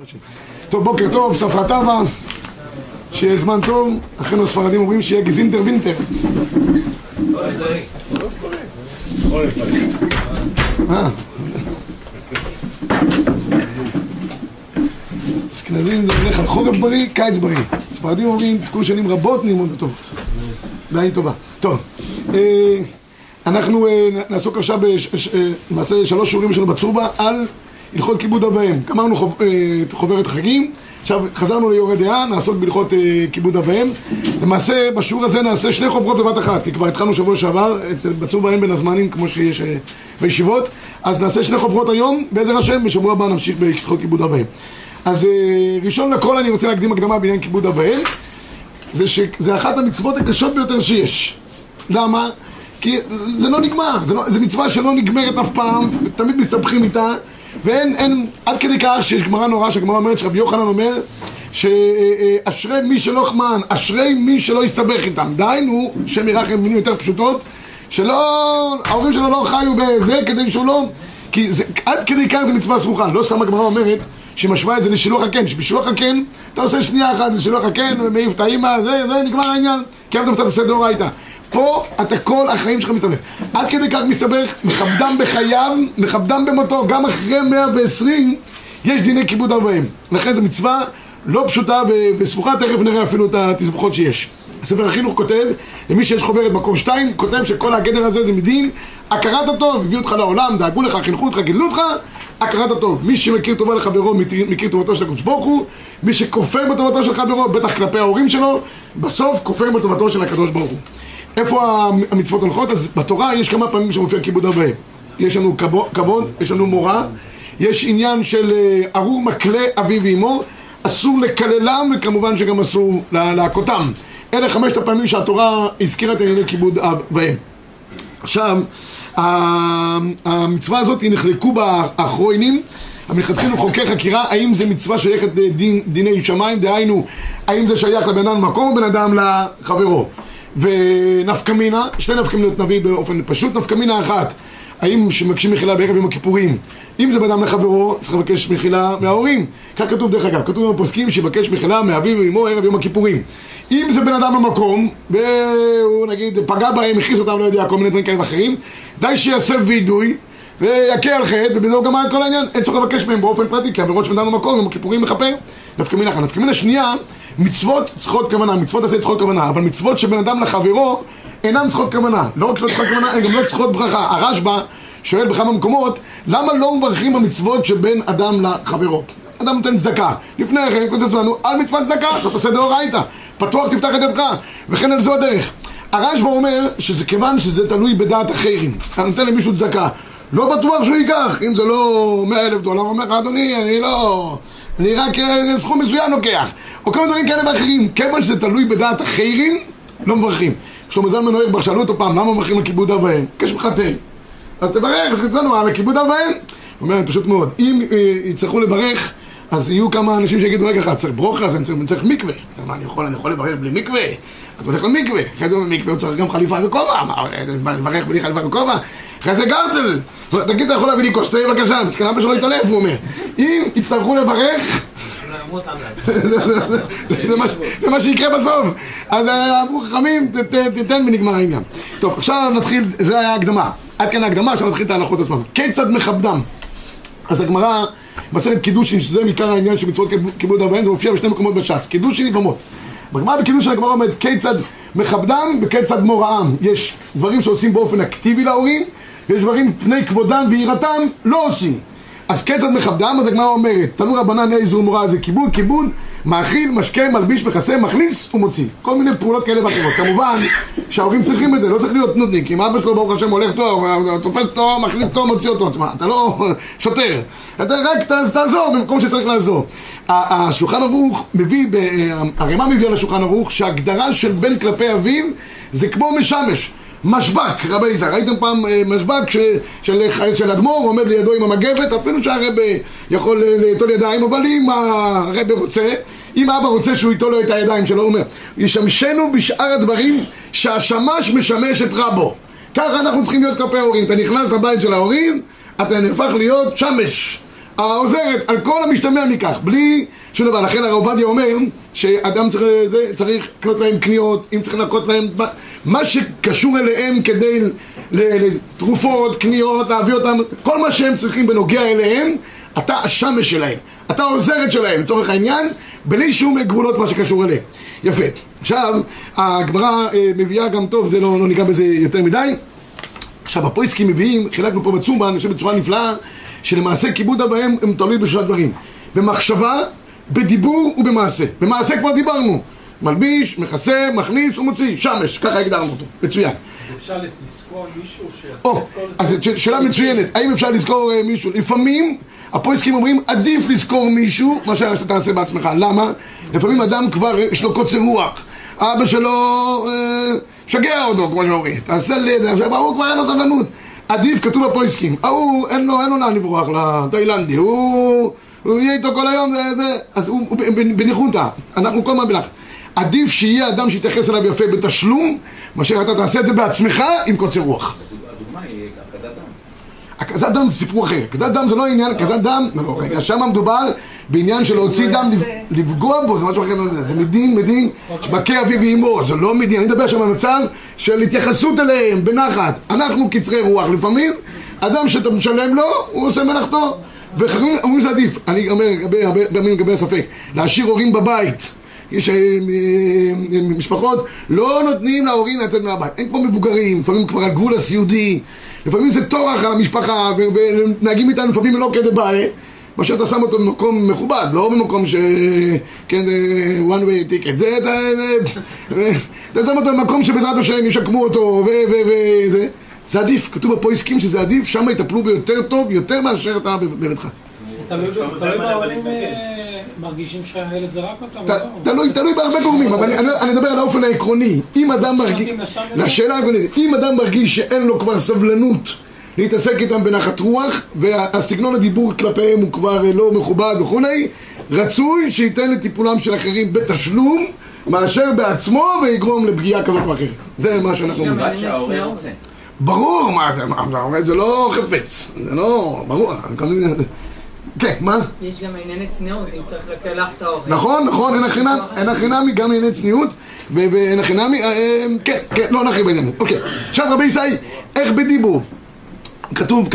טוב, בוקר טוב, ספרא טבא, שיהיה זמן טוב. אכן הספרדים אומרים שיהיה גזינטר וינטר. אשכנזים זה הולך על חורף בריא, קיץ בריא. ספרדים אומרים, תזכו שנים רבות נלמוד בטובות. בעין טובה. טוב, אנחנו נעסוק עכשיו במעשה 3 שיעורים שלנו בצורבה על הלכות כיבוד אב ואם. גמרנו חוברת חגים, עכשיו חזרנו ליורה דעה, נעסוק בהלכות כיבוד אב ואם. למעשה בשיעור הזה נעשה 2 חוברות בבת אחת, כי כבר התחלנו שבוע שעבר, בצורבה אין בין הזמנים כמו שיש בישיבות, אז נעשה 2 חוברות היום, בעזר השם, בשבוע הבא נמשיך בהלכות כיבוד אב ואם. אז ראשון לכל אני רוצה להקדים הקדמה בעניין כיבוד אב ואם, זה אחת המצוות הקשות ביותר שיש. למה? כי זה לא נגמר, זה מצווה שלא נגמרת אף פעם, תמיד מסתבכים איתה, ואין, עד כדי כך שיש גמרא נורא, שהגמרא אומרת, שרבי יוחנן אומר, שאשרי מי שלא חמן, אשרי מי שלא יסתבך איתם. דהיינו, שם ירחם מילים יותר פשוטות, שלא, ההורים שלו לא חיו בזה, כדי שהוא לא, כי זה, עד כדי כך זה מצווה סמוכה. לא סתם הגמרא אומרת, שמשווה את זה לשילוח הקן, שבשילוח הקן, אתה עושה שנייה אחת לשילוח הקן, ומעיף את האמא, זה נגמר העניין, כי אתם קצת עושה דאורייתא. פה אתה כל החיים שלך מסתבך. עד כדי כך מסתבך, מכבדם בחייו, מכבדם במותו, גם אחרי 120 יש דיני כיבוד אב ואם. לכן זו מצווה לא פשוטה וסבוכה, תכף נראה אפילו את התסבוכות שיש. הספר החינוך כותב, למי שיש חוברת מקור 2, כותב שכל הגדר הזה זה מדין הכרת הטוב, הביאו אותך לעולם, דאגו לך, חינכו אותך, גידלו אותך, הכרת הטוב. מי שמכיר טובה לחברו מכיר טובתו של הקדוש ברוך הוא, מי שכופר בטובתו של חברו, בטח כלפי ההורים שלו, בסוף כופר בטובתו של הקדוש ברוך הוא. איפה המצוות הולכות? אז בתורה יש כמה פעמים שמופיע כיבוד אב ואם. יש לנו כבוד, יש לנו מורא, יש עניין של ארור מקלה אביו ואמו, אסור לקללם וכמובן שגם אסור להכותם. אלה 5 הפעמים שהתורה הזכירה את ענייני כיבוד אב ואם. עכשיו, המצווה הזאת נחלקו באחרונים, המלכתחילה חוקי חקירה, האם זה מצווה שייכת דיני שמיים, דהיינו, האם זה שייך לבן אדם מקום או בן אדם לחברו. ונפקמינה, 2 נפקמינות נביא באופן פשוט, נפקמינה אחת, האם שמבקשים מחילה בערב יום הכיפורים, אם זה בן אדם לחברו, צריך לבקש מחילה מההורים. כך כתוב דרך אגב, כתוב בפוסקים שיבקש מחילה מאביו ואמו ערב יום הכיפורים. אם זה בן אדם במקום, והוא נגיד פגע בהם, הכניס אותם, לא יודע, כל מיני דברים כאלה ואחרים, די שיעשה וידוי ויקה על חטא, ובזה הוא גמר את כל העניין. אין צריך לבקש מהם באופן פרטי, כי עבירות שבן אדם במקום, יום הכיפורים מכפר. נפקמינה אחת. נפקמינה שנייה, מצוות צריכות כוונה, מצוות עשה צריכות כוונה, אבל מצוות שבין אדם לחברו אינן צריכות כוונה. לא רק שלא צריכות כוונה, הן גם לא צריכות ברכה. הרשב"א שואל בכמה מקומות, למה לא מברכים במצוות שבין אדם לחברו? אדם נותן צדקה. לפני כן, קוצץ לנו, על מצוות צדקה, אתה תעשה דאורייתא. פתוח תפתח את ידך, וכן על זו הדרך. הרשב"א אומר שזה כיוון שזה תלוי בדעת אחרים. אתה נותן למישהו צדקה, לא בטוח שהוא ייקח. אם זה לא $100,000, הוא אומר לך, אדוני, אני רק סכום מסוים לוקח. או כל דברים כאלה ואחרים. כיוון שזה תלוי בדעת אחרים, לא מברכים. שלמה זלמן אוהב, שאלו אותו פעם, למה מברכים על כיבוד אב ואם? כשמך תן. אז תברך, ושקצנו על כיבוד אב ואם. הוא אומר, פשוט מאוד. אם יצטרכו לברך, אז יהיו כמה אנשים שיגידו, רגע אחד, צריך ברוכה, אז אני צריך מקווה. אני יכול לברך בלי מקווה? אז הוא הולך למקווה. אחרי זה במקווה הוא צריך גם חליפה וכובע. לברך בלי חליפה וכובע. אחרי זה גרטל. תגיד, אתה יכול להביא לי כוס תה בבקשה, מסכן אבא שלו יתעלף, הוא אומר. אם יצטרכו לברך, זה מה שיקרה בסוף. אז אמרו חכמים, תתן ונגמר העניין. טוב, עכשיו נתחיל, זה היה הקדמה. עד כאן ההקדמה, עכשיו נתחיל את ההלכות עצמם. כיצד מכבדם? אז הגמרא, מסכת קידושין, שזה מעיקר העניין של מצוות כיבוד אב ואם, זה מופיע ב2 מקומות בש"ס, קידושין ובמות. בגמרא בקידושין הגמרא אומרת כיצד מכבדם וכיצד מוראם. יש דברים שעושים באופן אקטיבי להורים, ויש דברים פני כבודם ויראתם לא עושים. אז כיצד מכבדם? אז הגמרא אומרת, תנו רבנן איזו מורא זה כיבוד, מאכיל, משקה, מלביש, מכסה, מכניס ומוציא. כל מיני פעולות כאלה ואחרות. כמובן שההורים צריכים את זה, לא צריך להיות נודניק. אם אבא שלו ברוך השם הולך טוב, תופס טוב, מחליף טוב, מוציא אותו. תשמע, אתה לא שוטר. אתה רק תעזור במקום שצריך לעזור. השולחן ערוך מביא, הרמ"א מביא על השולחן ערוך, שההגדרה של בן כלפי אביו זה כמו משמש. משבק, רבי יזהר, ראיתם פעם משבק של אדמו"ר עומד לידו עם המגבת, אפילו שהרבי יכול ליטול ידיים, אבל אם הרבי רוצה, אם אבא רוצה שהוא ייטול לו את הידיים שלו, הוא אומר, ישמשנו בשאר הדברים שהשמש משמש את רבו. ככה אנחנו צריכים להיות כלפי ההורים. אתה נכנס לבית של ההורים, אתה נהפך להיות שמש. העוזרת על כל המשתמע מכך, בלי שום דבר. לכן הרב עובדיה אומר שאדם צריך לקנות להם קניות, אם צריך לנקות להם מה שקשור אליהם כדי לתרופות, קניות, להביא אותם, כל מה שהם צריכים בנוגע אליהם, אתה השמש שלהם, אתה העוזרת שלהם לצורך העניין, בלי שום גבולות מה שקשור אליהם. יפה. עכשיו הגמרא מביאה גם טוב, זה לא ניגע בזה יותר מדי. עכשיו הפויסקים מביאים, חילקנו פה בצומה, אני חושב בצורה נפלאה, שלמעשה כיבוד אב ואם הם תלוי בשלושה דברים: במחשבה, בדיבור ובמעשה. במעשה כבר דיברנו, מלביש, מכסה, מכניס ומוציא, שמש, ככה הגדרנו אותו, מצוין. אפשר לזכור מישהו שיעשה את כל זה? אז שאלה מצוינת, האם אפשר לזכור מישהו? לפעמים הפויסקים אומרים עדיף לזכור מישהו מאשר שאתה תעשה בעצמך. למה? לפעמים אדם כבר יש לו קוצר רוח, אבא שלו שגע אותו, כמו שאומרים, תעשה לי את זה, הוא כבר אין לו סבלנות. עדיף, כתוב בפויסקים, הוא אין לו לאן לברוח לתאילנדי, הוא יהיה איתו כל היום, אז הוא בניחותא, אנחנו כל מה בלח. עדיף שיהיה אדם שיתייחס אליו יפה בתשלום, מאשר אתה תעשה את זה בעצמך עם קוצר רוח. הדוגמה היא הקזת דם. הקזת דם זה סיפור אחר, הקזת דם זה לא עניין, הקזת דם, שם מדובר בעניין של להוציא דם, לפגוע בו, זה משהו אחר, זה מדין, בקי אביו ואמו, זה לא מדין, אני מדבר שם במצב של התייחסות אליהם, בנחת. אנחנו קצרי רוח, לפעמים אדם שאתה משלם לו, הוא עושה מלאכתו, וחברים אומרים שזה עדיף. אני אומר, לגבי הספק, להשאיר הורים בבית. יש משפחות לא נותנים להורים לצאת מהבית, הם כבר מבוגרים, לפעמים כבר על גבול הסיעודי, לפעמים זה טורח על המשפחה, ונהגים איתנו לפעמים לא כדי בעיה, מה שאתה שם אותו במקום מכובד, לא במקום ש... כן, one way ticket, אתה שם אותו במקום שבעזרת השם ישקמו אותו, וזה, זה עדיף, כתוב בפויסקים שזה עדיף, שם יטפלו ביותר טוב, יותר מאשר אתה בביתך. תלוי בהורים מרגישים שהילד זרק אותם? תלוי בהרבה גורמים, אבל אני מדבר על האופן העקרוני. אם אדם מרגיש, לשאלה העקרונית, אם אדם מרגיש שאין לו כבר סבלנות להתעסק איתם בנחת רוח, והסגנון הדיבור כלפיהם הוא כבר לא מכובד וכולי, רצוי שייתן לטיפולם של אחרים בתשלום, מאשר בעצמו ויגרום לפגיעה כזאת ואחרת. זה מה שאנחנו אומרים. ברור, זה לא חפץ, זה לא, ברור. כן, מה? יש גם ענייני צניעות, אם צריך לקלח את האוכל. נכון, אין הכינמי, גם ענייני צניעות, ואין הכינמי, כן, לא נחריב בעניין. אוקיי, עכשיו רבי ישי, איך בדיבור? כתוב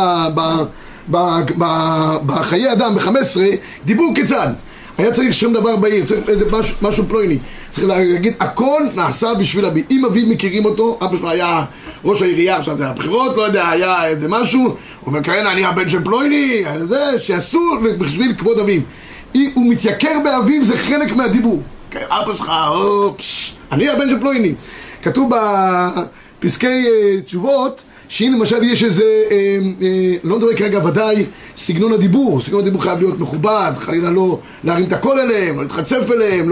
בחיי אדם, ב-15, דיבור כיצד? היה צריך שם דבר בעיר, צריך איזה משהו פלויני. צריך להגיד, הכל נעשה בשביל אבי. אם אביו מכירים אותו, אבא שלו היה ראש העירייה, עכשיו זה הבחירות, לא יודע, היה איזה משהו, הוא אומר, כן, אני הבן של פלויני, זה שעשו בשביל כבוד אביו. הוא מתייקר באביו, זה חלק מהדיבור. אבא שלך, אני הבן של פלויני. כתוב בפסקי תשובות, שהנה למשל יש איזה, לא מדבר כרגע ודאי, סגנון הדיבור חייב להיות מכובד, חלילה לא להרים את הכל אליהם, לא להתחצף אליהם,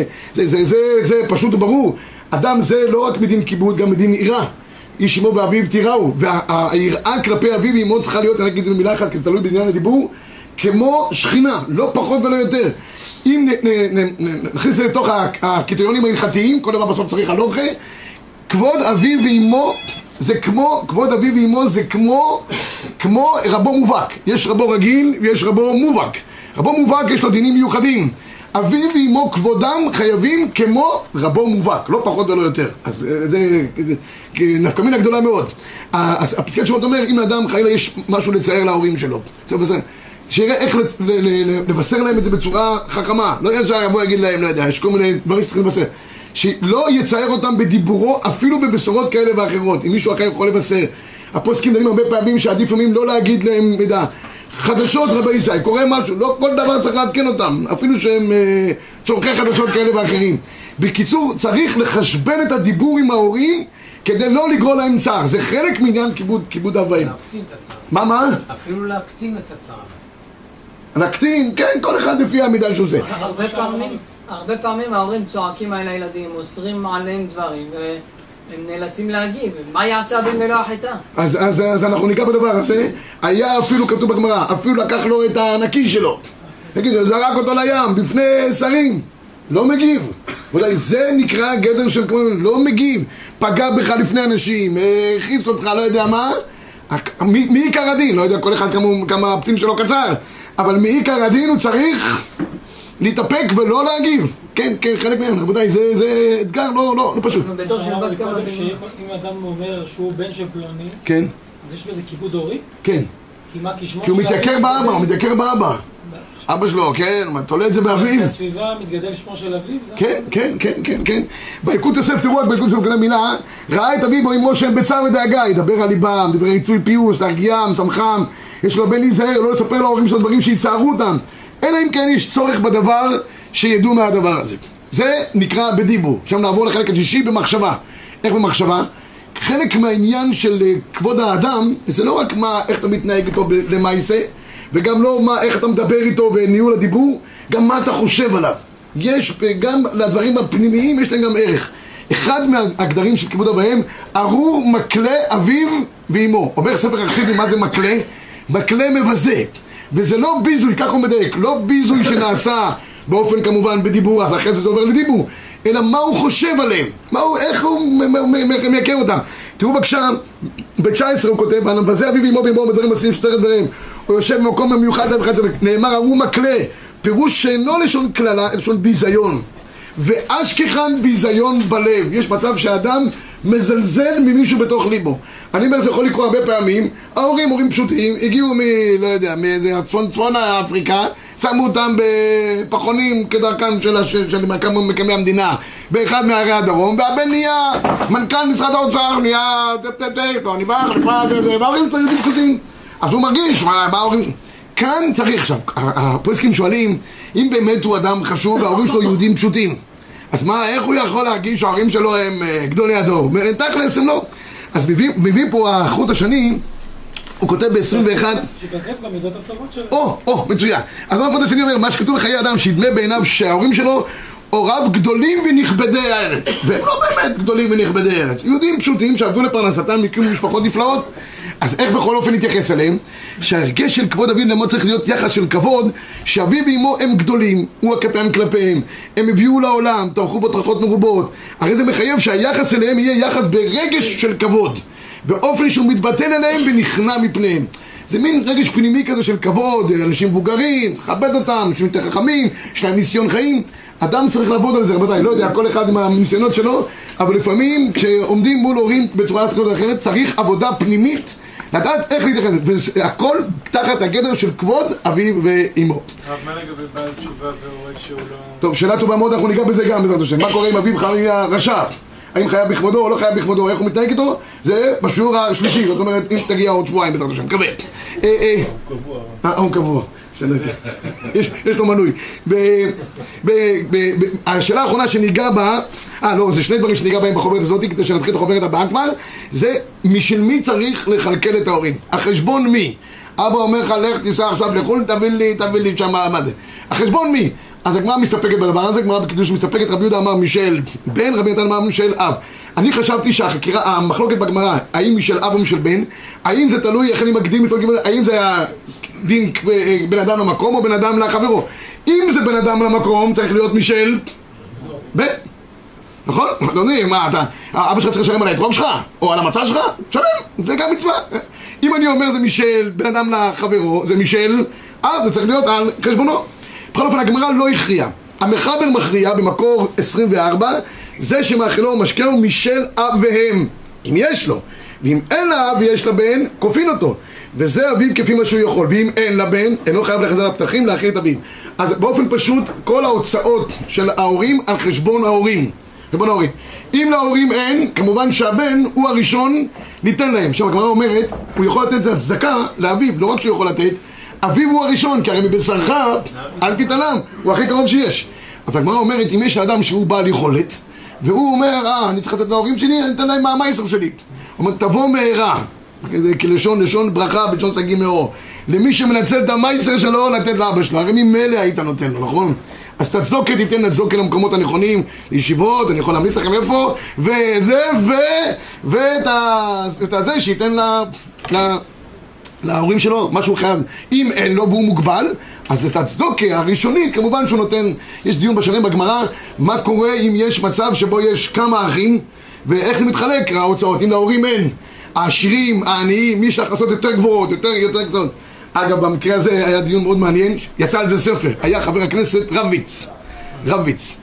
זה פשוט וברור. אדם זה לא רק מדין כיבוד, גם מדין יראה. איש אמו ואביו תיראו, והיראה כלפי אביו ואמו צריכה להיות, אני אגיד את זה במילה אחת כי זה תלוי בעניין הדיבור, כמו שכינה, לא פחות ולא יותר. אם נכניס לתוך הקריטריונים ההלכתיים, כל דבר בסוף צריך הלוכה, כבוד אביו ואמו זה כמו, כבוד אביו ואמו זה כמו רבו מובהק. יש רבו רגיל ויש רבו מובהק. רבו מובהק יש לו דינים מיוחדים. אביו ואמו כבודם חייבים כמו רבו מובהק, לא פחות ולא יותר. אז זה נפקא מינה גדולה מאוד. הפסקת שמות אומר, אם לאדם חלילה יש משהו לצייר להורים שלו, שיראה איך לבשר להם את זה בצורה חכמה. לא ישר יבוא יגיד להם, לא יודע, יש כל מיני דברים שצריכים לבשר. שלא יצייר אותם בדיבורו, אפילו בבשורות כאלה ואחרות. אם מישהו אחר יכול לבשר. הפוסקים דנים הרבה פעמים שעדיף לפעמים לא להגיד להם מידע. חדשות רבי ישי, קורה משהו, לא כל דבר צריך לעדכן אותם, אפילו שהם צורכי חדשות כאלה ואחרים. בקיצור, צריך לחשבן את הדיבור עם ההורים כדי לא לגרוע להם צער. זה חלק מעניין כיבוד אב ואם. להקטין את הצער. מה? אפילו להקטין את הצער. להקטין, כן, כל אחד לפי המידה שהוא עושה. הרבה פעמים ההורים צועקים על הילדים, אוסרים עליהם דברים, והם נאלצים להגיב. מה יעשה הבן ולא החטא? אז אנחנו ניגע בדבר הזה. היה אפילו, כתוב בגמרא, אפילו לקח לו את הנקי שלו. נגיד, זרק אותו לים, בפני שרים. לא מגיב. אולי זה נקרא גדר של כמו, לא מגיב. פגע בך לפני אנשים, הכניס אותך, לא יודע מה. מי עיקר הדין? לא יודע, כל אחד כמה הפצים שלו קצר. אבל מעיקר הדין הוא צריך להתאפק ולא להגיב. כן, כן, חלק מהם, רבותיי, זה אתגר לא פשוט. אם אדם אומר שהוא בן של פלוני, כן. אז יש בזה כיבוד הורי? כן. כי הוא מתייקר באבא, הוא מתייקר באבא. אבא שלו, כן, תולה את זה באביו. בסביבה מתגדל שמו של אביו? כן. בילקוט יוסף, תראו רק בילקוט יוסף, כדי מילה, ראה את אביו או אמו שהם בצער ודאגה, ידבר על ליבם, דברי ריצוי פיוס, להרגיעם, שמחם, יש לו בן להיזהר, לא לספר להורים שלו דברים שיצערו אותם, אלא אם כן יש צורך בדבר שידעו מהדבר הזה. זה נקרא בדיבור. עכשיו נעבור לחלק השישי במחשבה. איך במחשבה? חלק מהעניין של כבוד האדם זה לא רק איך אתה מתנהג איתו למעשה, וגם לא איך אתה מדבר איתו וניהול הדיבור, גם מה אתה חושב עליו. יש גם לדברים הפנימיים יש להם גם ערך. אחד מהגדרים של כיבוד אביהם, ארור מקלה אביו ואמו. אומר ספר החסידים מה זה מקלה? מקלה מבזה. וזה לא ביזוי, כך הוא מדייק, לא ביזוי שנעשה באופן כמובן בדיבור, אז אחרי זה עובר לדיבור, אלא מה הוא חושב עליהם, איך הוא מייקר אותם. תראו בבקשה, ב-19 הוא כותב, המבזה אביו ואמו באמו בדברים עושים שטרת דברים, הוא יושב במקום מיוחד, נאמר ארור מקלה, פירוש שאינו לשון כללה, לשון ביזיון, ואשכחן ביזיון בלב. יש מצב שהאדם מזלזל ממישהו בתוך ליבו. אני אומר, זה יכול לקרוא הרבה פעמים. ההורים, הורים פשוטים, הגיעו לא יודע, צפון אפריקה, שמו אותם בפחונים כדרכם של מקמי המדינה באחד מערי הדרום, והבן נהיה מנכ"ל משרד האוצר, נהיה וההורים שלו יהודים פשוטים. אז הוא מרגיש, מה ההורים... כאן צריך עכשיו, הפרסקים שואלים, אם באמת הוא אדם חשוב וההורים שלו יהודים פשוטים, אז מה, איך הוא יכול להרגיש שההורים שלו הם גדולי הדור? תכלס הם לא. אז מביא פה החוט השני, הוא כותב ב-21... שתרכז במידות הטובות שלו. מצוין. אז החוט השני אומר, מה שכתוב בחיי אדם, שידמה בעיניו שההורים שלו הוריו גדולים ונכבדי הארץ. והם לא באמת גדולים ונכבדי הארץ. יהודים פשוטים שעבדו לפרנסתם, הקימו משפחות נפלאות. אז איך בכל אופן נתייחס אליהם? שההרגש של כבוד אביו ואמו צריך להיות יחס של כבוד, שאביו ואמו הם גדולים, הוא הקטן כלפיהם, הם הביאו לעולם, תערכו בו טרחות מרובות. הרי זה מחייב שהיחס אליהם יהיה יחס ברגש של כבוד, באופן שהוא מתבטל אליהם ונכנע מפניהם. זה מין רגש פנימי כזה של כבוד, אנשים מבוגרים, תכבד אותם, אנשים יותר חכמים, יש להם ניסיון חיים. אדם צריך לעבוד על זה, רבותיי, לא יודע, כל אחד עם הניסיונות שלו, אבל לפעמים כשעומדים מול הורים בצורה אחרת, צריך עבודה פנימית לדעת איך להתייחס, והכל תחת הגדר של כבוד אביו ואמו. מה לגבי בעל תשובה והורג שהוא לא... טוב, שאלה טובה מאוד, אנחנו ניגע בזה גם בעזרת השם. מה קורה אם אביו חלילה רשע? האם חייב בכבודו או לא חייב בכבודו? איך הוא מתנהג איתו? זה בשיעור השלישי, זאת אומרת, אם תגיע עוד שבועיים בעזרת השם, קבל. הוא קבוע. יש לו מנוי. השאלה האחרונה שניגע בה, לא, זה שני דברים שניגע בהם בחוברת הזאת, כדי שנתחיל את החוברת הבאה כבר, זה משל מי צריך לכלכל את ההורים, החשבון מי. אבא אומר לך, לך תיסע עכשיו לחו"ל, תביא לי שם מעמד. החשבון מי? אז הגמרא מסתפקת בדבר הזה, הגמרא בקידוש מסתפקת, רבי יהודה אמר משל בן, רבי נתן אמר משל אב. אני חשבתי המחלוקת בגמרא, האם משל אב או משל בן, האם זה תלוי איך אני מקדים, האם זה היה דין בן אדם למקום או בן אדם לחברו. אם זה בן אדם למקום, צריך להיות משל בן. נכון? אדוני, מה אתה, אבא שלך צריך לשלם על האתרוג שלך? או על המצע שלך? שלם, זה גם מצווה. אם אני אומר זה משל בן אדם לחברו, זה משל זה צריך להיות על חשבונו. בכל אופן, הגמרא לא הכריע. המחבר מכריע במקור 24, זה שמאכילו משקהו משל אביהם, אם יש לו. ואם אין לאב ויש לבן, כופין אותו. וזה אביו כפי מה שהוא יכול. ואם אין לבן, אינו חייב לחזר לפתחים להאכיל את אביו. אז באופן פשוט, כל ההוצאות של ההורים על חשבון ההורים. חשבון ההורים. אם להורים אין, כמובן שהבן הוא הראשון ניתן להם. עכשיו הגמרא אומרת, הוא יכול לתת את הצדקה לאביו, לא רק שהוא יכול לתת, אביו הוא הראשון, כי הרי מבשרך אל תתעלם, הוא הכי קרוב שיש. אבל הגמרא אומרת, אם יש לאדם שהוא בעל יכולת, והוא אומר, אני צריך לתת להורים שלי, אני אתן להם מהמייסר שלי. הוא אומר, תבוא מהרה, לשון ברכה, בלשון סגי מאור. למי שמנצל את המייסר שלו, לתת לאבא שלו. הרי ממילא היית נותן לו, נכון? אז תצדוקת, תיתן לצדוקת למקומות הנכונים, לישיבות, אני יכול להמליץ לכם איפה, ואת הזה שייתן להורים שלו, מה שהוא חייב. אם אין לו והוא מוגבל, אז את הצדוקה הראשונית, כמובן שהוא נותן, יש דיון בשלם בגמרא, מה קורה אם יש מצב שבו יש כמה אחים, ואיך זה מתחלק ההוצאות, אם להורים אין, העשירים, העניים, מי יש להכנסות יותר גבוהות, יותר גבוהות. אגב, במקרה הזה היה דיון מאוד מעניין, יצא על זה ספר, היה חבר הכנסת רביץ,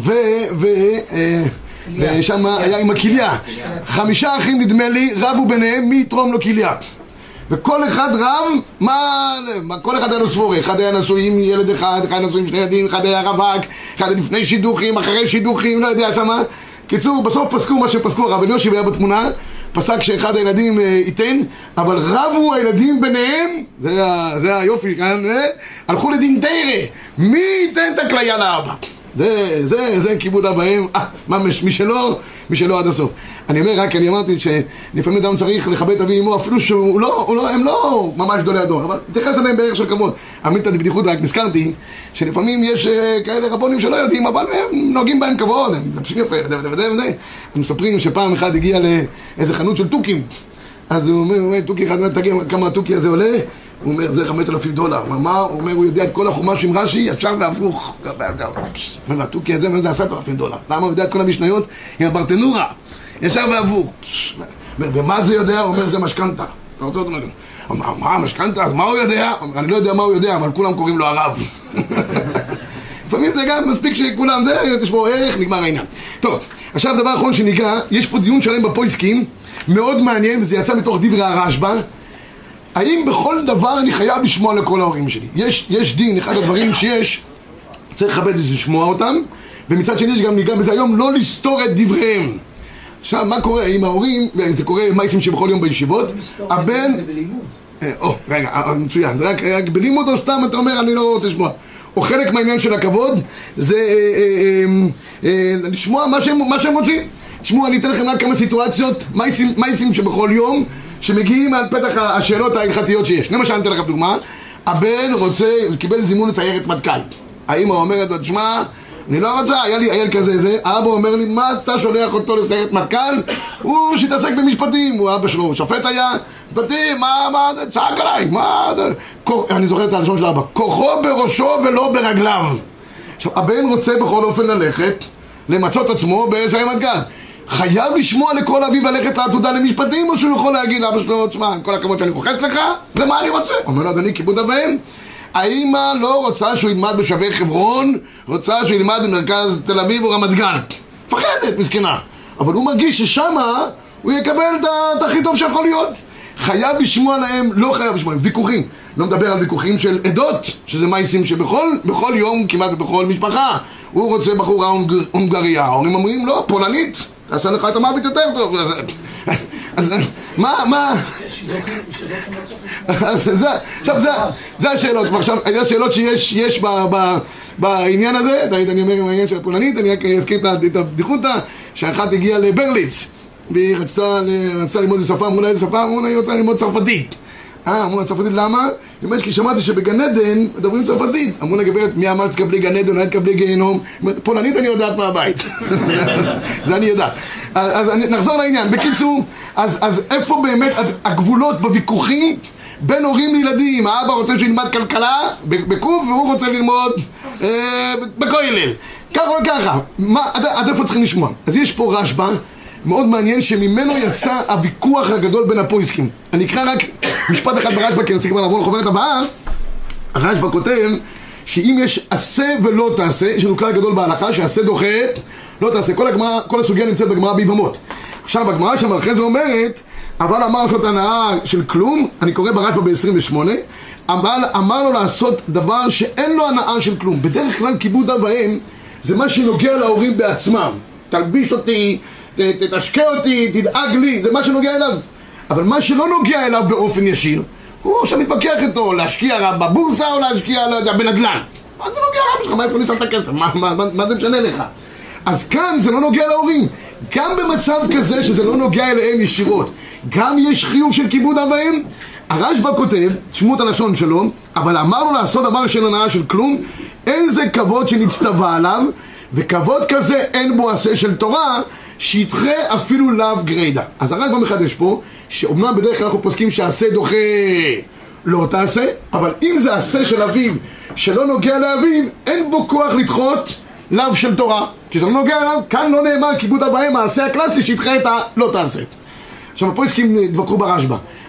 ושם היה עם הכליה. 5 אחים נדמה לי, רבו ביניהם מי יתרום לו כליה. וכל אחד רב, כל אחד היה לו סבורה, אחד היה נשוי עם ילד אחד נשוי עם 2 ילדים, אחד היה רווק, אחד היה לפני שידוכים, אחרי שידוכים, לא יודע שמה. קיצור, בסוף פסקו מה שפסקו, הרב אלישיב היה בתמונה, פסק שאחד הילדים ייתן, אבל רבו הילדים ביניהם, זה היופי כאן, הלכו לדין תירה, מי ייתן את הכליה לאבא? זה כיבוד אב ואם, מי שלא עד הסוף. אני אומר רק, אני אמרתי שלפעמים אדם צריך לכבד את אבי אמו, אפילו הם לא ממש גדולי הדור, אבל תתייחס אליהם בערך של כבוד. אמרתי את הבדיחות, רק נזכרתי שלפעמים יש כאלה רבונים שלא יודעים, אבל הם נוהגים בהם כבוד, הם מבשים יפה, הם מספרים שפעם אחד הגיע לאיזה חנות של טוקים, אז הוא אומר, טוקי אחד, תגיד כמה הטוקי הזה עולה? הוא אומר, זה $5,000. מה? הוא אומר, הוא יודע את כל החומש עם רש"י, ישר והפוך. הטוקי הזה, זה $10,000. למה הוא יודע את כל המשניות? עם הברטנורה, ישר והפוך. ומה זה יודע? הוא אומר, זה משכנתה. אתה רוצה אותו? מה, משכנתה? אז מה הוא יודע? אני לא יודע מה הוא יודע, אבל כולם קוראים לו הרב. לפעמים זה גם מספיק שכולם, זה, יש בו ערך, נגמר העניין. טוב, עכשיו דבר אחרון שניגע, יש פה דיון שלם בפויסקים, מאוד מעניין, וזה יצא מתוך דברי הרשב"א. האם בכל דבר אני חייב לשמוע לכל ההורים שלי? יש דין, אחד הדברים שיש, צריך לכבד לשמוע אותם, ומצד שני גם ניגע בזה היום, לא לסתור את דבריהם. עכשיו, מה קורה עם ההורים? זה קורה מייסים שבכל יום בישיבות. הבן... זה בלימוד. רגע, מצוין, זה רק בלימוד או סתם אתה אומר, אני לא רוצה לשמוע. או חלק מהעניין של הכבוד, זה לשמוע מה שהם רוצים. תשמעו, אני אתן לכם רק כמה סיטואציות, מייסים שבכל יום, שמגיעים על פתח השאלות ההלכתיות שיש. למשל, אני אתן לכם דוגמה, הבן רוצה, קיבל זימון לסיירת מטכ"ל. האמא אומרת לו, תשמע, אני לא רוצה, היה לי אייל כזה זה, האבא אומר לי, מה אתה שולח אותו לסיירת מטכ"ל? הוא שהתעסק במשפטים, הוא אבא שלו, שופט היה, משפטים, מה, צעק עליי, מה, אני זוכר את הלשון של האבא, כוחו בראשו ולא ברגליו. עכשיו, הבן רוצה בכל אופן ללכת, למצות עצמו בסיירת מטכ"ל. חייב לשמוע לכל אביו ללכת לעתודה למשפטים, או שהוא יכול להגיד לאבא שלו, תשמע, כל הכבוד שאני קוחץ לך, זה מה אני רוצה? אומר לו, אדוני, כיבוד אב ואם. האמא לא רוצה שהוא ילמד בשבי חברון, רוצה שהוא ילמד במרכז תל אביב או רמת גן. מפחדת, מסכנה. אבל הוא מרגיש ששמה הוא יקבל את הכי טוב שיכול להיות. חייב לשמוע להם, לא חייב לשמוע להם, ויכוחים. לא מדבר על ויכוחים של עדות, שזה מייסים שבכל יום, כמעט בכל משפחה, הוא רוצה בחורה הונגריה. ההורים אומרים, לא, פולנית. תעשה לך את המוות יותר טוב. אז מה? עכשיו זה השאלות. עכשיו, זה השאלות שיש בעניין הזה. אני אומר עם העניין של הפולנית, אני רק אזכיר את הבדיחותא, שאחת הגיעה לברליץ והיא רצתה ללמוד איזה שפה, אמרו לה איזה שפה, אמרו לה היא רוצה ללמוד צרפתית. אמרו לה צרפתית למה? היא אומרת כי שמעתי שבגן עדן מדברים צרפתית. אמרו לה גברת, מי אמר תקבלי גן עדן, אולי תקבלי גיהנום? פולנית אני יודעת מהבית. זה אני יודעת. אז נחזור לעניין. בקיצור, אז איפה באמת הגבולות בוויכוחים בין הורים לילדים? האבא רוצה שילמד כלכלה בקוף והוא רוצה ללמוד בכולל. ככה או ככה. עד איפה צריכים לשמוע? אז יש פה רשב"א מאוד מעניין שממנו יצא הוויכוח הגדול בין הפויסקים. אני אקרא רק משפט אחד ברשב"א כי אני צריך כבר לעבור לחוברת הבאה. הרשב"א כותב שאם יש עשה ולא תעשה, יש לנו כלל גדול בהלכה שעשה דוחה לא תעשה. כל הסוגיה נמצאת בגמרא ביבמות. עכשיו בגמרא שם אחרי זה אומרת אבל אמר זאת הנאה של כלום, אני קורא ברשב"א ב-28, אבל אמר לו לעשות דבר שאין לו הנאה של כלום. בדרך כלל כיבוד אב ואם זה מה שנוגע להורים בעצמם. תלביש אותי, תשקה אותי, תדאג לי, זה מה שנוגע אליו. אבל מה שלא נוגע אליו באופן ישיר, הוא עכשיו מתפקח איתו, להשקיע בבורסה או להשקיע, לא יודע, בנדל"ן. מה זה נוגע אליו? שלך, מאיפה ניסה את הכסף? מה זה משנה לך? אז כאן זה לא נוגע להורים. גם במצב כזה שזה לא נוגע אליהם ישירות, גם יש חיוב של כיבוד אב ואם. הרשב"א כותב, תשמעו את הלשון שלו, אבל אמר לו לעשות דבר שאין הנאה של כלום, אין זה כבוד שנצטווה עליו, וכבוד כזה אין בו עשה של תורה, שידחה אפילו לאו גרידא. אז הרשב"א מחדש פה, שאומנם בדרך כלל אנחנו פוסקים שעשה דוחה לא תעשה, אבל אם זה עשה של אביו שלא נוגע לאביו, אין בו כוח לדחות לאו של תורה. כשזה לא נוגע אליו, כאן לא נאמר כיבוד אב ואם, העשה הקלאסי שידחה את הלא תעשה. עכשיו הפוסקים דבקו ברשב"א.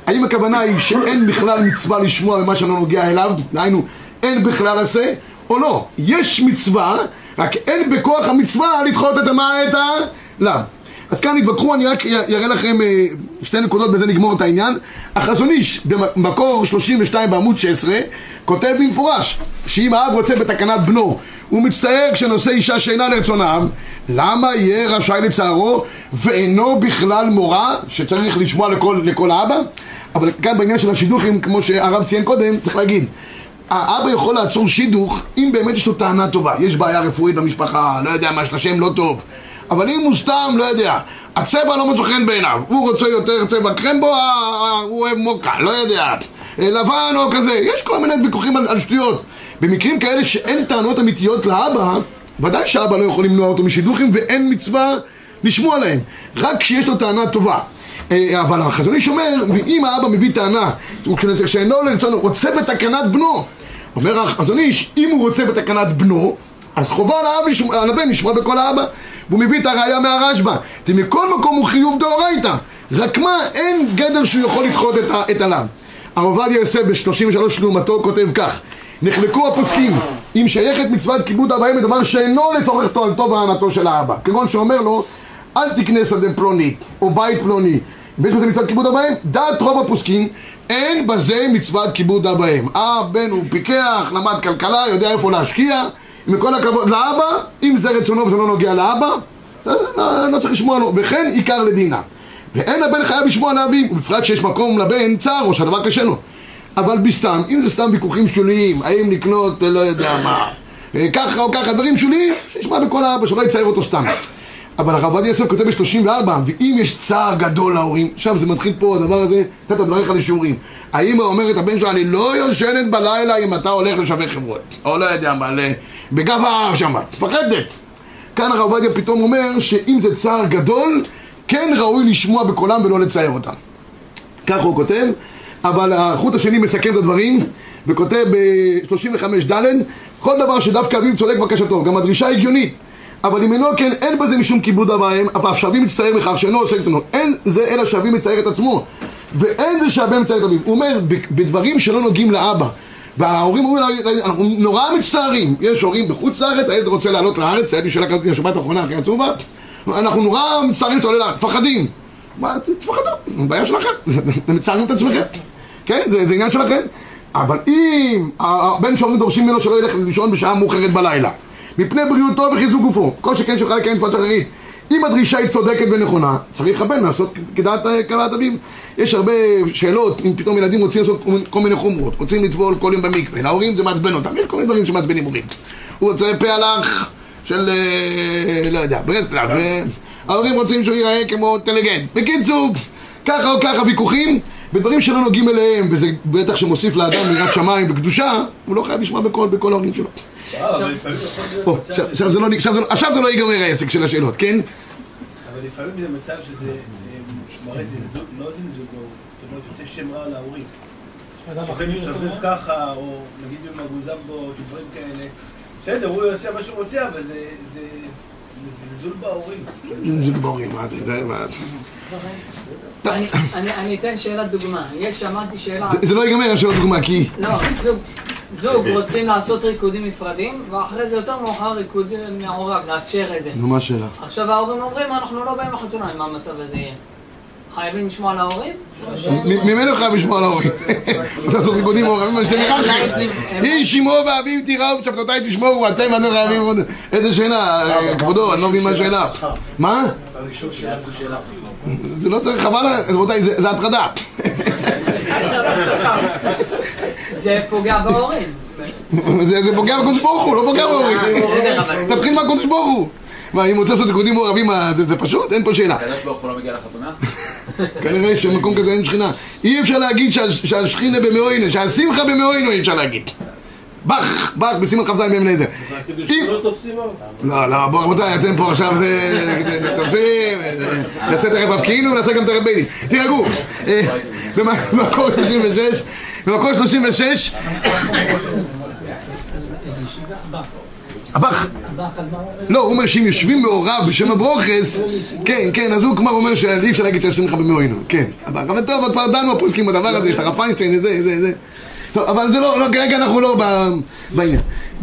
האם הכוונה היא שאין בכלל מצווה לשמוע במה שלא נוגע אליו, דהיינו, אין בכלל עשה, או לא? יש מצווה, רק אין בכוח המצווה לדחות את המה את הלאו. אז כאן התווכחו, אני רק יראה לכם שתי נקודות, בזה נגמור את העניין. החזון איש במקור 32 בעמוד 16 כותב במפורש שאם האב רוצה בתקנת בנו הוא מצטער כשנושא אישה שאינה לרצון האב, למה יהיה רשאי לצערו ואינו בכלל מורה שצריך לשמוע לכל האבא? אבל כאן בעניין של השידוכים, כמו שהרב ציין קודם, צריך להגיד, האבא יכול לעצור שידוך אם באמת יש לו טענה טובה, יש בעיה רפואית במשפחה, לא יודע מה, של השם לא טוב, אבל אם הוא סתם, לא יודע, הצבע לא מצא חן בעיניו, הוא רוצה יותר צבע קרמבו, הוא אוהב מוקה, לא יודע, לבן או כזה, יש כל מיני ויכוחים על שטויות. במקרים כאלה שאין טענות אמיתיות לאבא, ודאי שאבא לא יכול למנוע אותו משידוכים ואין מצווה לשמוע להם, רק כשיש לו טענה טובה. אבל החזון איש אומר, ואם האבא מביא טענה שאינו לרצון, רוצה בתקנת בנו, אומר החזון איש, אם הוא רוצה בתקנת בנו, אז חובה על הבן לשמוע בכל האבא, והוא מביא את הראיה מהרשב"א, מכל מקום הוא חיוב דאורייתא, רק מה, אין גדר שהוא יכול לדחות את הלאו. הרב עובדיה יוסף ב-33 לעומתו כותב כך, נחלקו הפוסקים אם שייכת מצוות כיבוד אב ואם לדבר שאינו לצורך תועלתו והנאתו של האבא, כגון שאומר לו אל תקנה שדה פלוני או בית פלוני, ויש בזה מצוות כיבוד אב ואם, דעת רוב הפוסקים אין בזה מצוות כיבוד אב ואם. הבן הוא פיקח, למד כלכלה, יודע איפה להשקיע, מכל הכבוד לאבא, אם זה רצונו וזה לא נוגע לאבא, לא צריך לשמוע לו, וכן עיקר לדינה. ואין הבן חייב לשמוע לאביו, בפרט שיש מקום לבן צער או שהדבר קשה לו. אבל בסתם, אם זה סתם ויכוחים שוליים, האם לקנות, לא יודע מה, ככה או ככה, דברים שוליים, שישמע בכל האבא, שלא יצייר אותו סתם. אבל הרב עובדיה יוסף כותב ב-34, ואם יש צער גדול להורים, עכשיו זה מתחיל פה, הדבר הזה, תת הדבריך לשיעורים. האמא אומרת הבן שלה, אני לא יושנת בלילה אם אתה הולך לשווה חברות, או לא יודע מה, בגב ההר שם, תפחדת. כאן הרב עובדיה פתאום אומר שאם זה צער גדול, כן ראוי לשמוע בקולם ולא לצייר אותם. כך הוא כותב, אבל החוט השני מסכם את הדברים, וכותב ב-35 ד' כל דבר שדווקא אביו צודק בקשתו, גם הדרישה הגיונית, אבל אם אינו כן, אין בזה משום כיבוד אב ואם, אף שאביו מצטער מכך שאינו עושה איתנו, אין זה אלא שאביו מצייר את עצמו, ואין זה שהבן מצייר את אביו. הוא אומר, בדברים שלא נוגעים לאבא, וההורים אומרים, אנחנו נורא מצטערים, יש הורים בחוץ לארץ, הילד רוצה לעלות לארץ, הילד שאלה כזאת השבת האחרונה אחרי הצהובה, אנחנו נורא מצטערים, צעולה לארץ, פחדים. מה, תפחדו, בעיה שלכם, אתם מצטערים את עצמכם, כן, זה עניין שלכם. אבל אם הבן שהורים דורשים ממנו שלא ילך לישון בשעה מאוחרת בלילה, מפני בריאותו וחיזוק גופו, כל שכן שיוכל לקיים תפילת שחרית, אם הדרישה היא צודקת ונכונה, צריך הבן לעשות כדעת אביו. יש הרבה שאלות, אם פתאום ילדים רוצים לעשות כל מיני חומרות, רוצים לטבול כל יום במקווה, להורים זה מעצבן אותם, יש כל מיני דברים שמעצבנים הורים. הוא רוצה פעלך של, לא יודע, ברסלב, ההורים רוצים שהוא ייראה כמו אינטליגנט. בקיצור, ככה או ככה ויכוחים, בדברים שלא נוגעים אליהם, וזה בטח שמוסיף לאדם מיראת שמיים וקדושה, הוא לא חייב לשמוע בכל ההורים שלו. עכשיו זה לא ייגמר העסק של השאלות, כן? אבל לפעמים זה מצב שזה מראה זלזול, לא זלזול, זאת אומרת, יוצא שם רע להורים. לכן משתובב ככה, או נגיד במגוזם בו, דברים כאלה. בסדר, הוא יעשה מה שהוא רוצה, אבל זה זלזול בהורים. זלזול בהורים, מה זה? אני אתן שאלת דוגמה. שמעתי שאלה... זה לא ייגמר השאלות דוגמה, כי... לא, זוג רוצים לעשות ריקודים נפרדים, ואחרי זה יותר מאוחר ריקוד מעורב, לאפשר את זה. נו, מה השאלה? עכשיו ההורים אומרים, אנחנו לא באים לחתונה, אם המצב הזה יהיה. חייבים לשמוע להורים? ממנו חייב לשמוע להורים. אתה לעשות ריקודים מעורבים, אני שנראה לכם. איש אמו ואביו תיראו, שבתותיי תשמעו, אתם ואתם חייבים... איזה שאלה, כבודו, אני לא מבין מה השאלה. מה? צריך לשאול שאלה. זה לא צריך, חבל, רבותיי, זה הטרדה. זה פוגע בהורים. זה פוגע בקודש ברוך הוא, לא פוגע בהורים. תתחיל מהקודש ברוך הוא. מה, אם רוצה לעשות ריקודים מעורבים, זה פשוט? אין פה שאלה. הקדוש ברוך הוא לא מגיע לחתונה? כנראה שבמקום כזה אין שכינה. אי אפשר להגיד שהשכינה במאוינו, שהשמחה במאוינו אי אפשר להגיד. בח, בסימן כ"ז ביום נזר. לא תופסים אותם. לא, בואו רבותיי, אתם פה עכשיו תופסים, נעשה תכף מבקיעינו ונעשה גם תכף בית דין. תירגעו, במקור 36, לא, הוא אומר שאם יושבים מעורב בשם הברוכס, כן, אז הוא כבר אומר שאי אפשר להגיד שעושים לך במאוינו, כן. אבל טוב, כבר דנו הפוסקים בדבר הזה, יש את הרב פיינשטיין, זה. טוב, אבל זה לא, כרגע אנחנו לא בעניין.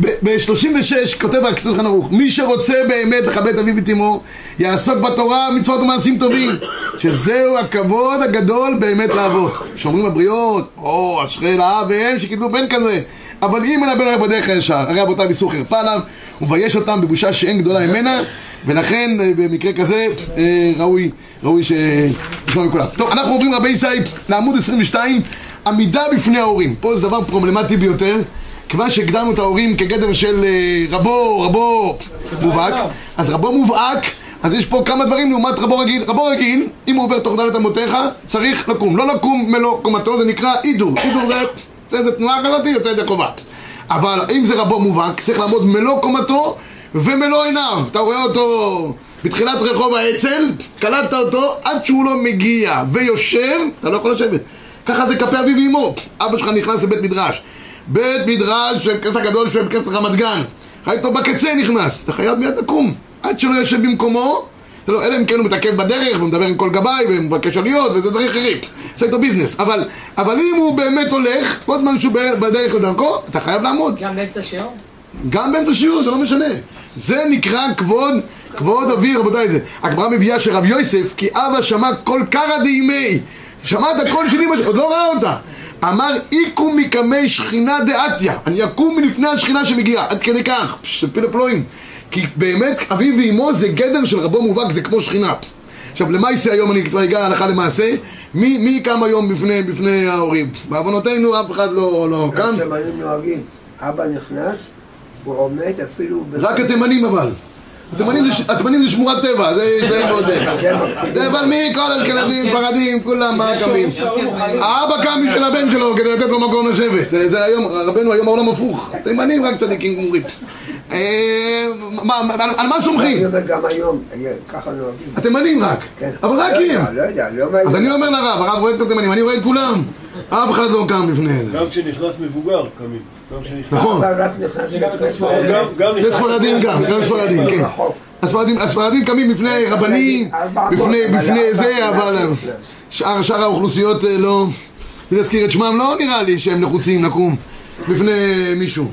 ב-36 כותב הקצות שולחן ערוך, מי שרוצה באמת לכבד אביו ואת אמו, יעסוק בתורה, מצוות ומעשים טובים, שזהו הכבוד הגדול באמת לעבוד. שאומרים הבריות, אשרי לאב ואם שקיבלו בן כזה, אבל אם אין הבן הולך בדרך הישר, הרי אבותיו איסור חרפה עליו, ומבייש אותם בבושה שאין גדולה ממנה, ולכן במקרה כזה ראוי שישמע מכולם. טוב, אנחנו עוברים רבי ישראל לעמוד 22, עמידה בפני ההורים. פה זה דבר פרובלמטי ביותר, כיוון שהגדרנו את ההורים כגדר של רבו מובהק, אז רבו מובהק, אז יש פה כמה דברים לעומת רבו רגיל. רבו רגיל, אם הוא עובר תוך דלת אמותיך, צריך לקום. לא לקום מלוא קומתו, זה נקרא אידור. אידור זה תנועה כזאת, זה יוצא קובעת. אבל אם זה רבו מובהק, צריך לעמוד מלוא קומתו ומלוא עיניו. אתה רואה אותו בתחילת רחוב האצ"ל, קלטת אותו עד שהוא לא מגיע ויושב, אתה לא יכול לשבת. ככה זה כלפי אביו ואמו. אבא שלך נכנס לבית מדרש, בית מדרש של כס הגדול של כס רמת גן, ראית אותו בקצה נכנס, אתה חייב מיד לקום עד שלא יושב במקומו. אלא אם כן הוא מתעכב בדרך ומדבר עם כל גבאי ומבקש עליות וזה דברים אחרים, עושה איתו ביזנס. אבל אם הוא באמת הולך כל זמן שהוא בדרך לדרכו, אתה חייב לעמוד גם באמצע שיעור? גם באמצע שיעור, זה לא משנה. זה נקרא כבוד אבי. רבותיי, זה הגמרא מביאה שרב יוסף כי אבא שמע כל קרא דאימי, שמע את הקול של אמא, עוד לא ראה אותה, אמר איקום מקמי שכינה דעתיה, אני אקום מלפני השכינה שמגיעה, עד כדי כך, פיל הפלואים. כי באמת אביו ואמו זה גדר של רבו מובהק, זה כמו שכינה. עכשיו למעשה היום אני כבר אגע הלכה למעשה, מי קם היום בפני ההורים? בעוונותינו אף אחד לא קם. התימנים נוהגים, אבא נכנס, הוא עומד אפילו... רק התימנים אבל. התימנים זה שמורת טבע, זה מאוד אבל מי כל האשכנזים, ספרדים, כולם מה קמים? האבא קם בשביל הבן שלו כדי לתת לו מקום לשבת. זה היום, רבנו היום העולם הפוך, תימנים רק צדיקים גמורים. על מה סומכים? גם היום, ככה נוהגים. התימנים רק, אבל רק הם. לא יודע, לא מה... אז אני אומר לרב, הרב רואה את התימנים, אני רואה את כולם. אף אחד לא קם לפני זה. גם כשנכנס מבוגר קמים. נכון. זה ספרדים גם ספרדים, כן. הספרדים קמים בפני רבנים, בפני זה, אבל שאר האוכלוסיות לא... להזכיר את שמם, לא נראה לי שהם נחוצים לקום בפני מישהו.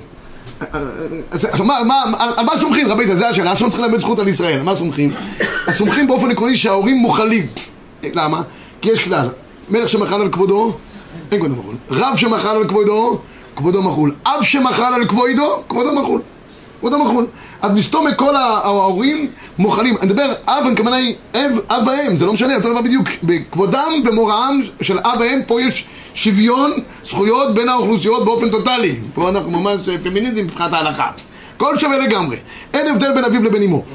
על מה סומכים רבי? זה השאלה, עכשיו צריכים לאבד זכות על ישראל. על מה סומכים? סומכים באופן עקרוני שההורים מוחלים. למה? כי יש כלל, מלך שמחל על כבודו, אין כבודו מחול. רב שמחל על כבודו, כבודו מחול. אב שמחל על כבודו, כבודו מחול. כבודו מחול. אז מסתום מכל ההורים מוחלים. אני מדבר, אב, הכוונה היא אב ואם, זה לא משנה, אתה דבר בדיוק. בכבודם ומוראם של אב ואם, פה יש שוויון זכויות בין האוכלוסיות באופן טוטלי. פה אנחנו ממש פמיניזם מבחינת ההלכה. כל שווה לגמרי. אין הבדל בין אביו לבין אמו.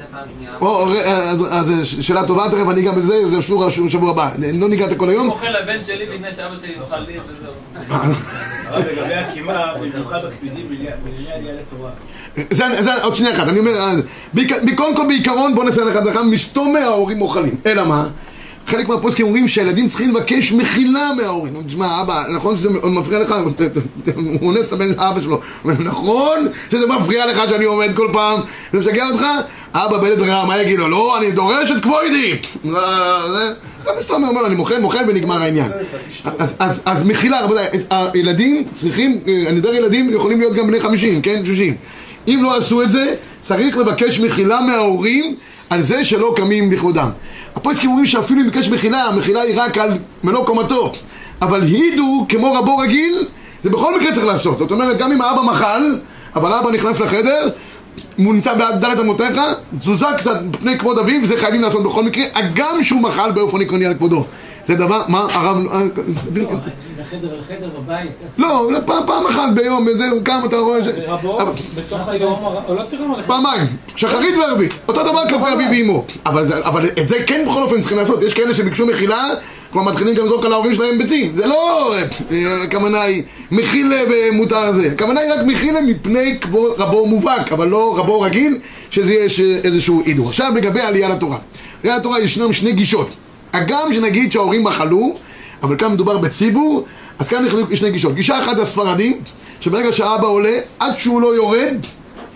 אז שאלה טובה, תכף אני גם בזה, זה שבוע הבא. לא ניגעת כל היום. אני אוכל לבן שלי בגלל שאבא שלי יאכל לי וזהו. הרב, לגבי הקימה, במיוחד מקפידים בענייני עלייה לתורה. זה עוד שנייה אחת, אני אומר, קודם כל בעיקרון, בוא נעשה לך דקה, מסתום ההורים מוכלים. אלא מה? חלק מהפוסקים אומרים שהילדים צריכים לבקש מחילה מההורים. תשמע, אבא, נכון שזה מפריע לך? הוא אונס את הבן אבא שלו. נכון שזה מפריע לך שאני עומד כל פעם ומשגע אותך? אבא בלית ברירה, מה יגיד לו? לא, אני דורש את כבודי. אתה מסתום אומר, אני מוחל ונגמר העניין. אז מחילה, רבותיי, הילדים צריכים, אני מדבר ילדים יכולים להיות גם בני 50, כן? 60. אם לא עשו את זה, צריך לבקש מחילה מההורים על זה שלא קמים לכבודם. הפוסקים אומרים שאפילו אם ביקש מחילה, המחילה היא רק על מלוא קומתו. אבל הידו, כמו רבו רגיל, זה בכל מקרה צריך לעשות. זאת אומרת, גם אם האבא מחל, אבל האבא נכנס לחדר, הוא נמצא בדלת אמותיך, תזוזה קצת פני כבוד אביו, וזה חייבים לעשות בכל מקרה, הגם שהוא מחל באופן עקרוני על כבודו. זה דבר, מה, הרב... לחדר בבית? לא, פעם אחת ביום, וזהו, כמה אתה רואה ש... בתוך היום, הוא לא צריך ללכת. פעמיים, שחרית וערבית, אותו דבר כלפי אביו ואמו. אבל את זה כן בכל אופן צריכים לעשות. יש כאלה שביקשו מחילה, כבר מתחילים גם לזרוק על ההורים שלהם ביצים. זה לא, הכוונה היא מחילה ומותר זה. הכוונה היא רק מחילה מפני כבוד רבו מובהק, אבל לא רבו רגיל, שזה יש איזשהו עידור. עכשיו לגבי עלייה לתורה. עלייה לתורה ישנם שני גישות. הגם שנגיד שההורים מחלו, אבל כאן מדובר בציבור, אז כאן יש שני גישות. גישה אחת הספרדים, שברגע שהאבא עולה, עד שהוא לא יורד,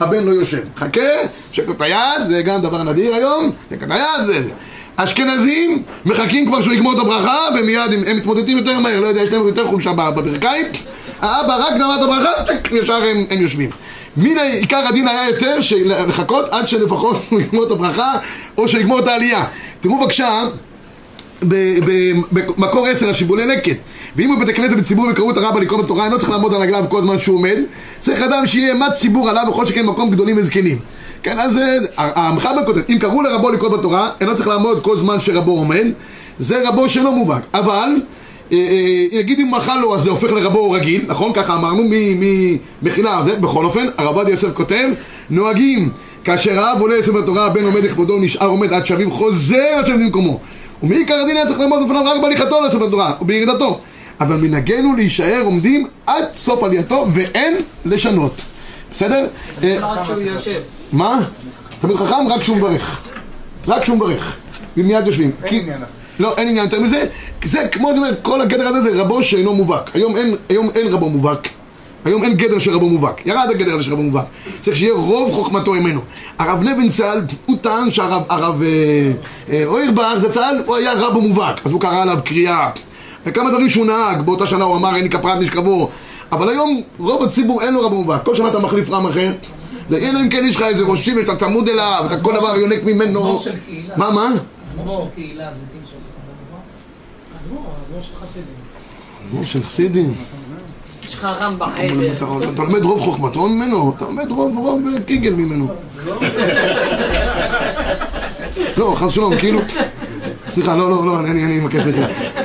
הבן לא יושב. חכה, שקוט היד, זה גם דבר נדיר היום, שקוט היד זה. אשכנזים מחכים כבר שהוא יגמור את הברכה, ומיד הם מתמודדים יותר מהר, לא יודע, יש להם יותר חולשה בברכיים. האבא רק גמר את הברכה, ישר הם יושבים. מן עיקר הדין היה יותר לחכות עד שלפחות הוא יגמור את הברכה, או שיגמור את העלייה. תראו בבקשה, במקור 10 על שיבולי לקט. ואם הוא בית הכנסת בציבור וקראו את הרב לקרוא בתורה, אינו צריך לעמוד על רגליו כל זמן שהוא עומד. צריך אדם שיהיה עמד ציבור עליו וכל שכן מקום גדולים וזקנים. כן, אז המחבר כותב, אם קראו לרבו לקרוא בתורה, אינו צריך לעמוד כל זמן שרבו עומד. זה רבו שלא מובהק. אבל יגיד אם מחל לו, אז זה הופך לרבו רגיל, נכון? ככה אמרנו ממחילה. בכל אופן, הרב עובדיה יוסף כותב, נוהגים כאשר הרב עולה לספר בתורה, הבן עומד לכבודו, נשאר עומד עד שאביו חוזר עד שאביו במקומו. ומעיקר הדין היה צריך לעמוד בפניו רק בהליכתו לספר בתורה ובירידתו. אבל מנהגנו להישאר עומדים עד סוף עלייתו ואין לשנות. בסדר? מה? תמיד חכם רק שהוא מברך. רק שהוא מברך. ומיד יושבים. לא, אין עניין יותר מזה. זה כמו אני אומר, כל הגדר הזה זה רבו שאינו מובהק. היום אין רבו מובהק. היום אין גדר של רבו מובהק. ירד הגדר הזה של רבו מובהק. צריך שיהיה רוב חוכמתו ממנו. הרב לבנצל, הוא טען שהרב אוירבך זצ"ל, הוא היה רבו מובהק. אז הוא קרא עליו קריאה. וכמה דברים שהוא נהג. באותה שנה הוא אמר אין לי כפרת נשכבו. אבל היום רוב הציבור אין לו רבו מובהק. כל שנה אתה מחליף רם אחר. אלא אם כן יש לך איזה ראשים ואתה צמוד אליו, ואתה כל דבר יונק ממנו. אדמו"ר של קהילה. מה? אדמו"ר של קהילה זה דין של אדמו"ר? אדמו"ר של חסידים. אדמו"ר של חסידים. יש לך רם בחדר. אתה לומד רוב חוכמתו ממנו, אתה לומד רוב קיגל ממנו. לא, חס שלום, כאילו... סליחה, לא, אני מבקש לך.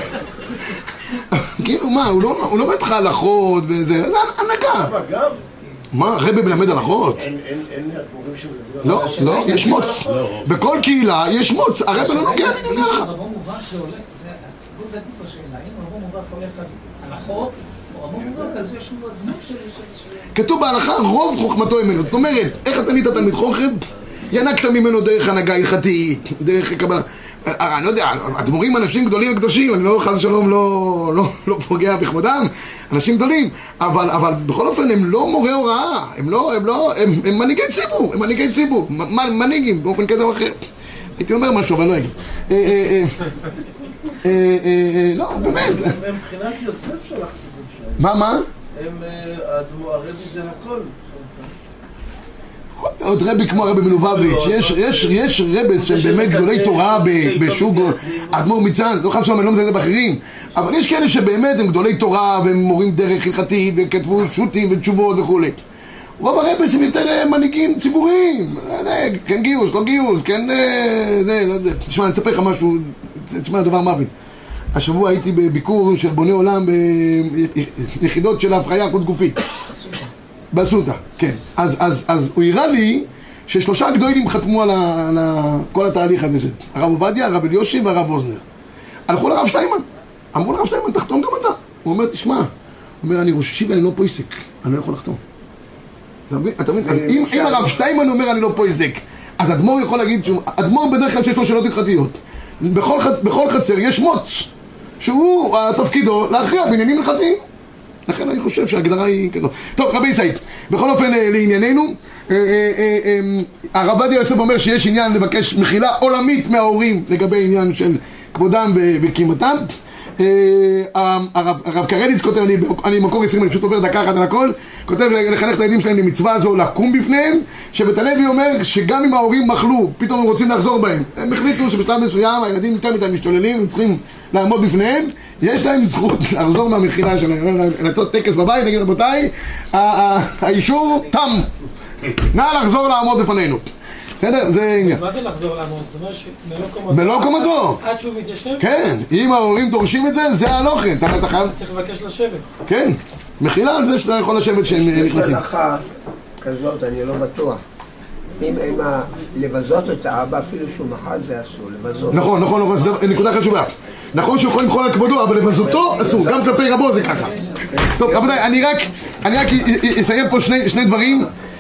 כאילו מה, הוא לא לומד לך הלכות וזה, זה הנהגה. מה, הרבי מלמד הלכות? אין אדמו"רים שמלמדים. לא, יש מוץ. בכל קהילה יש מוץ. הרבי לא נוגע לענייני הלכה. רבו מובהק זה הולך, הציבור זה גוף השאלה. אם רבו מובהק הולך על הלכות, או רבו מובהק, אז יש לו דמות של... כתוב בהלכה רוב חוכמתו ממנו. זאת אומרת, איך אתה נהיית תלמיד חוכם? ינקת ממנו דרך הנהגה הלכתית, דרך קבלה. אני לא יודע, אדמו"רים אנשים גדולים וקדושים, אני לא חס ושלום לא פוגע בכבודם, אנשים גדולים, אבל בכל אופן הם לא מורי הוראה, הם מנהיגי ציבור, מנהיגים באופן כזה או אחר. הייתי אומר משהו, אבל לא אגיד. לא, באמת. הם מבחינת יוסף של החסידות שלהם. מה? הרבי זה הכל. עוד רבי כמו הרבי מלובביץ', יש רבי שהם באמת גדולי תורה בשוגו, אדמו"ר מצאנז, לא חייב שלום, אני לא מזלזל באחרים, אבל יש כאלה שבאמת הם גדולי תורה והם מורים דרך הלכתית וכתבו שו"תים ותשובות וכו'. רוב הרבי הם יותר מנהיגים ציבוריים, כן גיוס, לא גיוס, כן זה, תשמע, אני אספר לך משהו, תשמע, דבר מוות. השבוע הייתי בביקור של בוני עולם ביחידות של ההפריה חוץ גופית. באסותא, כן. אז הוא הראה לי ששלושה גדולים חתמו על כל התהליך הזה. הרב עובדיה, הרב אליושי והרב ווזנר. הלכו לרב שטיינמן. אמרו לרב שטיינמן, תחתום גם אתה. הוא אומר, תשמע, הוא אומר, אני ראש ישיבה, אני לא פויסק. אני לא יכול לחתום. אתה מבין? אז אם הרב שטיינמן אומר, אני לא פויסק, אז אדמו"ר יכול להגיד, אדמו"ר בדרך כלל שיש לו שאלות הלכתיות. בכל חצר יש מוץ, שהוא תפקידו להכריע בעניינים הלכתיים. לכן אני חושב שההגדרה היא כזאת. טוב, רבי סעיד, בכל אופן לענייננו, הרב עובדיה יוסף אומר שיש עניין לבקש מחילה עולמית מההורים לגבי עניין של כבודם וקימתם. הרב קרליץ כותב, אני מקור 20, אני פשוט עובר דקה אחת על הכל, כותב לחנך את הילדים שלהם למצווה זו לקום בפניהם, שבית הלוי אומר שגם אם ההורים מחלו, פתאום הם רוצים לחזור בהם. הם החליטו שבשלב מסוים הילדים יותר מדי משתוללים, הם צריכים לעמוד בפניהם, יש להם זכות לחזור מהמחילה שלהם, לעשות טקס בבית, נגיד רבותיי, האישור תם, נא לחזור לעמוד בפנינו. בסדר? זה עניין. מה זה לחזור לעמוד? זאת אומרת מלוא קומתו. עד שהוא מתיישב? כן, אם ההורים דורשים את זה, זה הלוכן. אתה חייב... צריך לבקש לשבת. כן, מחילה על זה שאתה יכול לשבת שהם נכנסים. יש הלכה כזאת, אני לא בטוח. אם הם לבזות את האבא, אפילו שהוא מחל זה אסור, לבזות. נכון, זו נקודה חשובה. נכון שהוא יכול למחול על כבודו, אבל לבזותו אסור, גם כלפי רבו זה ככה. טוב, רבותיי, אני רק אסיים פה שני דברים.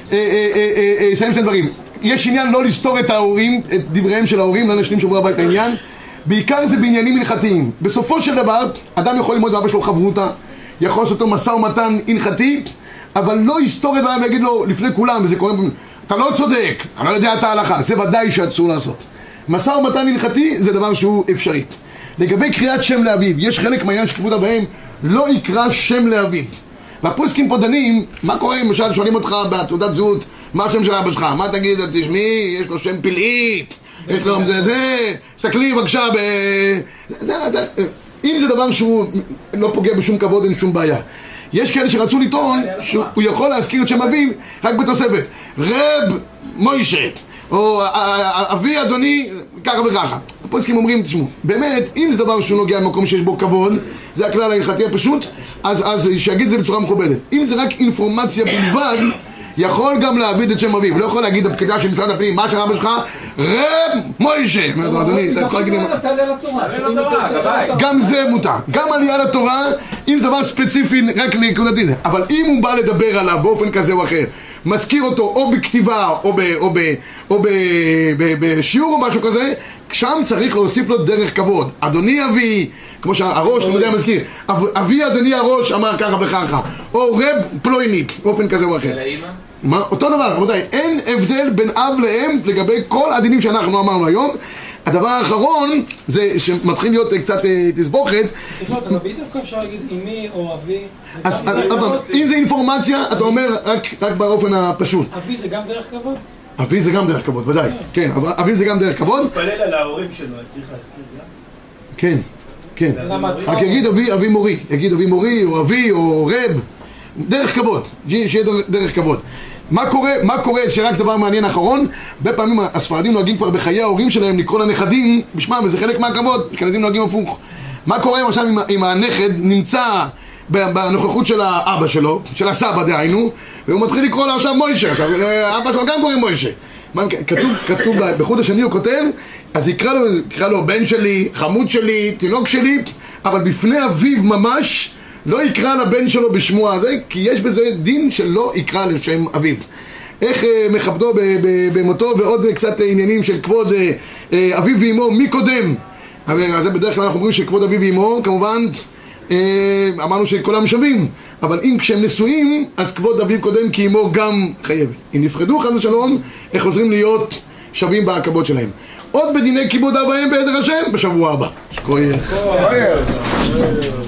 יש עניין לא לסתור את ההורים, את דבריהם של ההורים, לא נשלים שבוע הבא את העניין. בעיקר זה בעניינים הלכתיים. בסופו של דבר, אדם יכול ללמוד לאבא שלו חברותה, יכול לעשות אותו משא ומתן הלכתי, אבל לא יסתור את דבריו ויגיד לו לפני כולם, וזה קורה אתה לא צודק, אתה לא יודע את ההלכה, זה ודאי שאסור לעשות. משא ומתן הלכתי זה דבר שהוא אפשרי. לגבי קריאת שם לאביו, יש חלק מהעניין של כיבוד אב ואם, לא יקרא שם לאביו. והפוסקים פה דנים, מה קורה אם למשל שואלים אותך בתעודת זהות, מה השם של אבא שלך? מה תגיד? תשמעי, יש לו שם פלאי, יש לו סתכלי בבקשה אם זה דבר שהוא לא פוגע בשום כבוד, אין שום בעיה. יש כאלה שרצו לטעון שהוא יכול להזכיר את שם אביו רק בתוספת רב מוישה או אבי אדוני ככה וככה. הפוסקים אומרים, תשמעו, באמת אם זה דבר שהוא נוגע במקום שיש בו כבוד, זה הכלל ההלכתי הפשוט, אז שיגיד את זה בצורה מכובדת. אם זה רק אינפורמציה בלבד, יכול גם להעביד את שם אביו. לא יכול להגיד הפקידה של משרד הפנים, מה שאבא שלך? רב מוישה. אדוני, אתה יכול להגיד גם זה מותר. גם עלייה לתורה, אם זה דבר ספציפי רק נקודתי. אבל אם הוא בא לדבר עליו באופן כזה או אחר, מזכיר אותו או בכתיבה או בשיעור או משהו כזה, שם צריך להוסיף לו דרך כבוד. אדוני אבי, כמו שהראש, אני יודע מזכיר, אבי אדוני הראש אמר ככה וככה, או רב פלויני, באופן כזה או אחר. מה? אותו דבר, רבותיי, אין הבדל בין אב לאם לגבי כל הדינים שאנחנו אמרנו היום. הדבר האחרון זה שמתחיל להיות קצת תסבוכת. צריך להיות, אבל בדיוק אפשר להגיד אמי או אבי. אז אם זה אינפורמציה, אתה אומר רק באופן הפשוט. אבי זה גם דרך כבוד? אבי זה גם דרך כבוד, ודאי. כן, אבי זה גם דרך כבוד. הוא מתפלל על ההורים שלו, צריך להזכיר גם? כן, כן. רק יגיד אבי מורי, יגיד אבי מורי או אבי או רב. דרך כבוד, שיהיה דרך כבוד. מה קורה, שרק דבר מעניין אחרון, הרבה פעמים הספרדים נוהגים כבר בחיי ההורים שלהם לקרוא לנכדים בשמם, וזה חלק מהכבוד, ילדים נוהגים הפוך. מה קורה למשל אם הנכד נמצא בנוכחות של האבא שלו, של הסבא דהיינו, והוא מתחיל לקרוא לו עכשיו מוישה, עכשיו אבא שלו גם קוראים מוישה. כתוב בחוד השני הוא כותב, אז יקרא לו בן שלי, חמוד שלי, תינוק שלי, אבל בפני אביו ממש לא יקרא לבן שלו בשמו הזה, כי יש בזה דין שלא יקרא לשם אביו. איך מכבדו במותו, ועוד קצת עניינים של כבוד אביו ואמו, מי קודם? אז זה בדרך כלל אנחנו אומרים שכבוד אביו ואמו, כמובן, אמרנו שכולם שווים, אבל אם כשהם נשואים, אז כבוד אביו קודם, כי אמו גם חייבת. אם נפרדו חס ושלום, איך חוזרים להיות שווים בכבוד שלהם. עוד בדיני כיבוד אב ואם בעזר השם, בשבוע הבא. שכוייך.